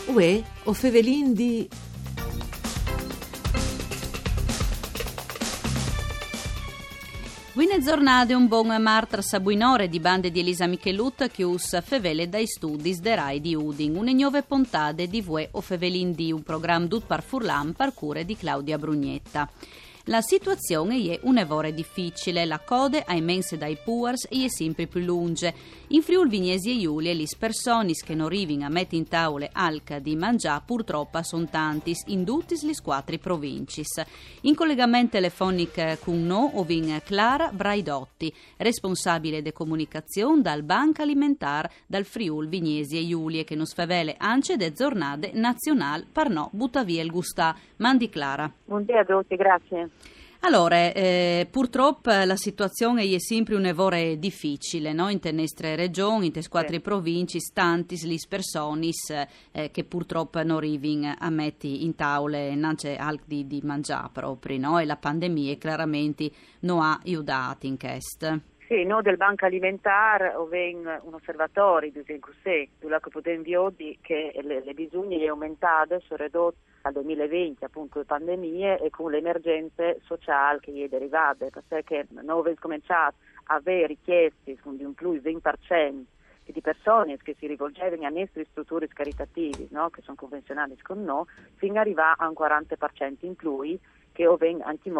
Uè, o fevelin di... Buone giornate, un buon martra sabuinore di bande di Elisa Michelut che us fevele dai studi de Rai di Udin, une nuove puntate di Vue o fevelin di un programma dut par Furlan par cure di Claudia Brugnetta. La situazione è un'evore difficile, la code ai mense dai puers è sempre più lunge. In Friuli Vignesi e Giulia, le persone che non arrivano a mettere in tavole alca di mangiare purtroppo sono tantis, in tutte le 4 province. In collegamento telefonico con noi ovin Clara Braidotti, responsabile di comunicazione dal Banca Alimentare dal Friuli Vignesi e Giulia, che nos favele anche de giornate nazionali per no butta via il gustà. Mandi Clara. Buongiorno a tutti, grazie. Allora, purtroppo la situazione è sempre un'evore difficile, no? In te nostre regioni, in te 4 province, tanti le persone che purtroppo non arrivano a mettere in tavole neanche alc di mangiare proprio, no? E la pandemia chiaramente non ha aiutato in questo. Sì, noi del Banco Alimentare abbiamo un osservatorio di così, dove possiamo vedere che le bisogni sono aumentate, sono ridotte al 2020, appunto, le pandemie e con le emergenze sociali che sono derivate, perché noi abbiamo cominciato a avere richieste di un più 20% di persone che si rivolgevano a nostre strutture caritative, no? Che sono convenzionali con noi, fino ad arrivare a un 40% in più che abbiamo anche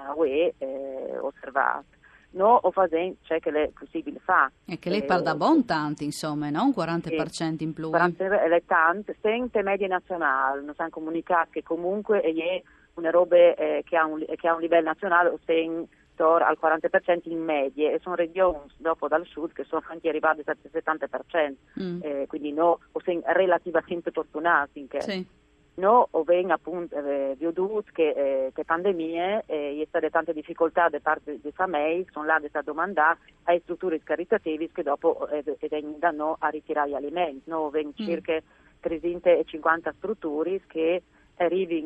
osservato. No, o facendo ciò che è possibile fare. E che lei parla buon tanto, insomma, no? Un 40% in più. 40 è tanto, senza medie nazionali, non sanno comunicare che comunque è una roba che ha un livello nazionale, o al 40% in medie, e sono regioni dopo dal sud che sono anche arrivate al 70%, quindi no, o sono relativamente fortunati in che. Sì. No, o venga appunto veduto che pandemie e state tante difficoltà da parte delle famiglie, sono là da domandare alle strutture caritative che dopo vengono a ritirare gli alimenti. No, vengono circa 350 strutture che arrivano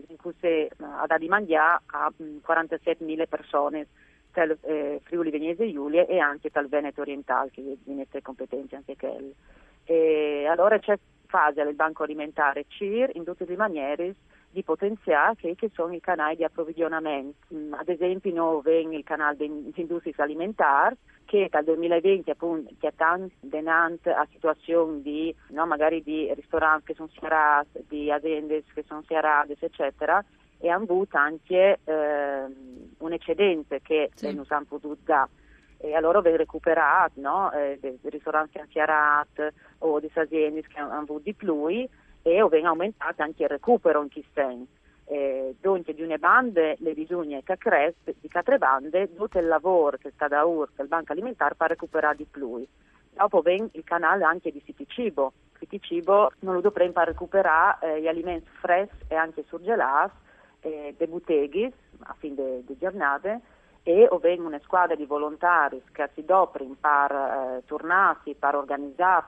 ad mangiare a 47.000 persone tra Friuli Vignesi e Giulia e anche dal Veneto orientale, che è di nostre competenze anche quelle. E allora c'è fase del Banco Alimentare CIR in tutte le maniere di potenziare che sono i canali di approvvigionamento. Ad esempio noi abbiamo il canale di industrie alimentari che dal 2020 appunto che ha tanti denanti a situazioni di magari di ristoranti che sono serrati, di aziende che sono serrate, eccetera, e hanno avuto anche un eccedente che non si hanno potuto dare. E allora abbiamo recuperato dei ristoranti che hanno chiarato o delle aziende che hanno avuto di più e abbiamo aumentato anche il recupero in questo senso. Dunque di una banda le bisogna che cresce, di 4 bande tutto il lavoro che sta da ora del Banco Alimentare per recuperare di più. Dopo viene il canale anche di City Cibo. City Cibo non lo dovremmo per recuperare gli alimenti freschi e anche surgelati, dei botteghi a fine di giornate, e vengono una squadra di volontari che si doprono per tornarsi, per organizzare,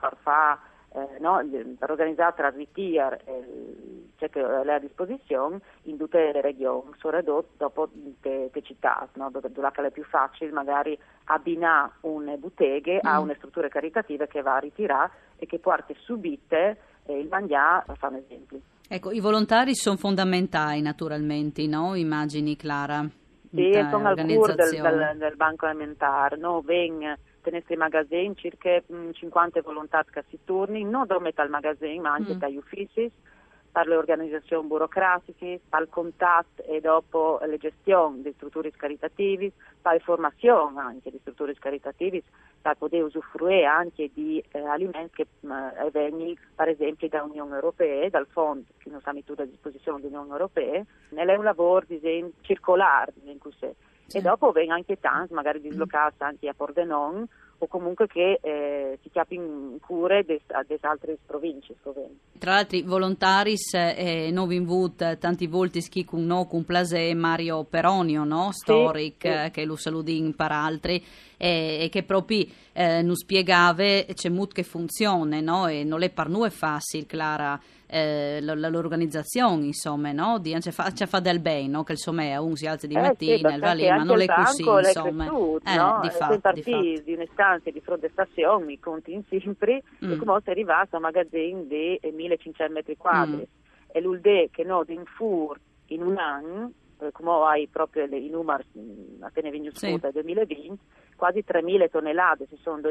per organizzare tra ritiro che è a disposizione in tutte le regioni, soprattutto dopo le città, dove è più facile magari abbinare una bottega a una struttura caritativa che va a ritirare e che porta subite il mangiare, per fare un esempio. Ecco, i volontari sono fondamentali naturalmente, no? Immagini, Clara. Sì, sono al cura del Banco Alimentare. No, vengono nei magazzini circa 50 volontari che si tornano, non solo dal magazzino, ma anche dagli uffici, per le organizzazioni burocratiche, per il contatto e dopo le gestioni di strutture caritative, per la formazione anche di strutture caritative, per poter usufruire anche di alimenti che vengono per esempio dall'Unione Europea, dal fondo che non siamo tutti a disposizione dell'Unione Europea. È un lavoro circolare in cui si. Sì. E dopo vengono anche tanti, magari dislocati anche a Pordenone, o comunque che si chiappi in cure di altre province. Tra l'altro volontari noi invut tanti volti chi con no con Plasè Mario Peronio, no? Storic, sì. Che lo saludin per altri e che proprio non spiegava c'è molto che funziona, no? E non è per noi facile, Clara, l'organizzazione, insomma, no? Ci fa del bene, no? Che insomma un si alza di mattina, va lì, ma non è così, insomma. Di fatto, di un'estate distanze di fronte alla stazione, mi conti in sempre, e come si è arrivato a un magazzino di 1500 metri quadri. E l'ULDE che no, in un anno, come hai proprio i numeri appena venuti dal 2020, quasi 3.000 tonnellate, ci sono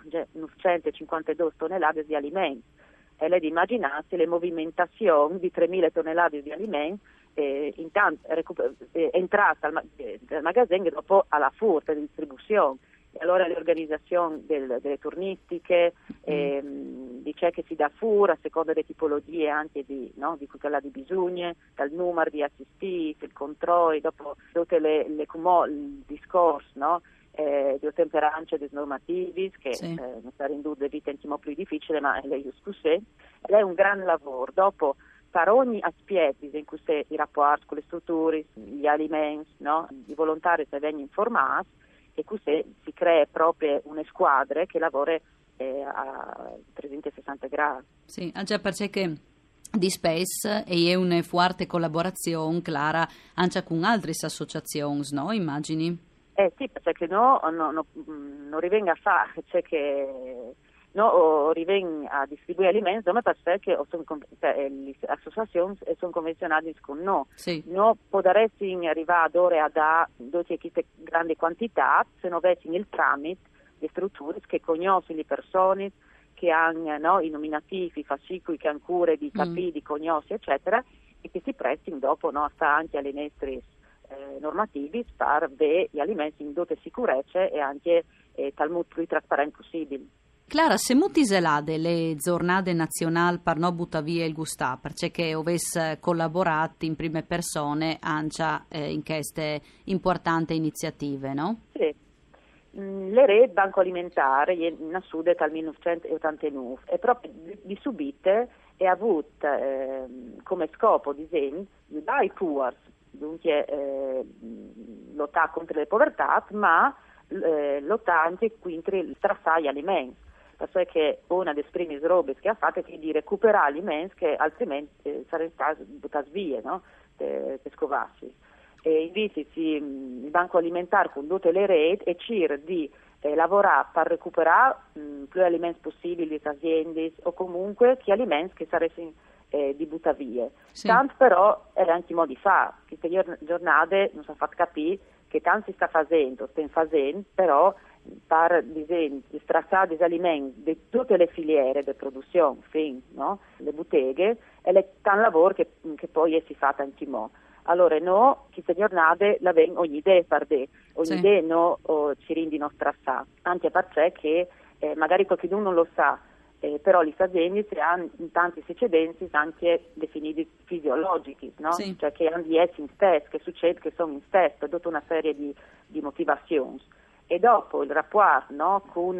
2.952 tonnellate di alimenti. E lei immaginate le movimentazioni di 3.000 tonnellate di alimenti intanto entrata dal magazzino e dopo alla furta di distribuzione. E allora le organizzazioni delle turnistiche dice che si dà fura a seconda delle tipologie anche di cui quella di bisogno, dal numero di assistiti, il controllo, dopo tutte il discorso, no? Di ottemperanza dei normativi che non sarà in dubbio vita più difficile, ma è discussione ed è un gran lavoro. Dopo per ogni aspetto in cui si i rapporti con le strutture, gli alimenti, no? I volontari si vengono informati e così si crea proprio una squadra che lavora a 360 gradi. Sì, già perché di SPES è una forte collaborazione, Clara, anche con altre associazioni, no? Immagini? Sì, perché non rivenga a fare, cioè che o rivenga a distribuire alimenti, ma perché le associazioni sono convenzionate con noi. Sì. Non potresti arrivare ora a dare queste grandi quantità se non avessimo il tramite di strutture che conoscono le persone, che hanno i nominativi, i fascicoli, che hanno cure di capire, di conoscere, eccetera, e che si prestino dopo a stare anche alle nostre normativi per gli alimenti in dote sicurezza e anche tal più trasparente possibile. Clara, se mutiselade le giornate nazionali per non buttare via il gustà, perché avesse collaborato in prime persone anche in queste importanti iniziative, no? Sì. Le reti Banco Alimentare è nascute dal 1989 e proprio di subite è avuto come scopo disegno di dare poor, dunque lottare contro le povertà, ma lottare anche contro il strassare gli alimenti, perché una delle prime robe che ha fatto è di recuperare alimenti che altrimenti sarebbero stati buttati via, no? Per scovarsi. E invece il Banco Alimentare con tutte le reti e cerca di lavorare per recuperare più alimenti possibili di aziende o comunque che alimenti che sarebbero di buttare via. Sì. Tanto però era anche modi di fare, queste giornate non si è fatto capire che tanto si sta facendo, però per strassare gli alimenti di tutte le filiere di produzione, le botteghe, e è tanto lavoro che poi si fa tanti mo'. Allora no, queste giornate la vengono ogni idea per te, ogni idea no ci rendono strassare, anche perché magari qualcuno non lo sa, però le aziende hanno in tanti eccedenze anche definiti fisiologici, no? Sì. Cioè che hanno di essere in stress, che succede che sono in stress per tutta una serie di motivazioni. E dopo il rapporto, no, con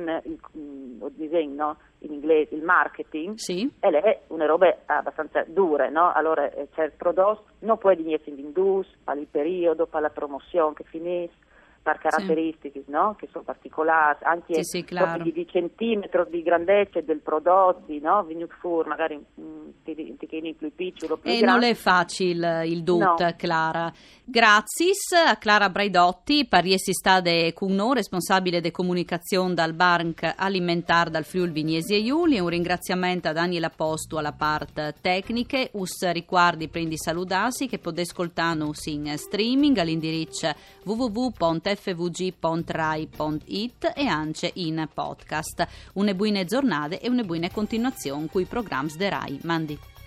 il disegno, in inglese il marketing, ed è una roba abbastanza dura, no? Allora c'è il prodotto, non può essere venduto per il periodo, per la promozione che finisce, per caratteristiche, no? Che sono particolari, anche di centimetro di grandezza del prodotto, no? Venuto fuori magari un pochino più piccolo, più grande. E non è facile il tutto, no. Clara. Grazie a Clara Braidotti, per essere stata con noi, responsabile di comunicazione dal Banco Alimentare dal Friuli Vignesi e Giulia, e un ringraziamento a Daniela Postu alla parte tecniche. Us riguardi prendi saludarsi che potete ascoltarnos in streaming all'indirizzo www.fvg.rai.it e anche in podcast. Une buone giornate e une buone continuazione con i programmi de Rai. Mandi.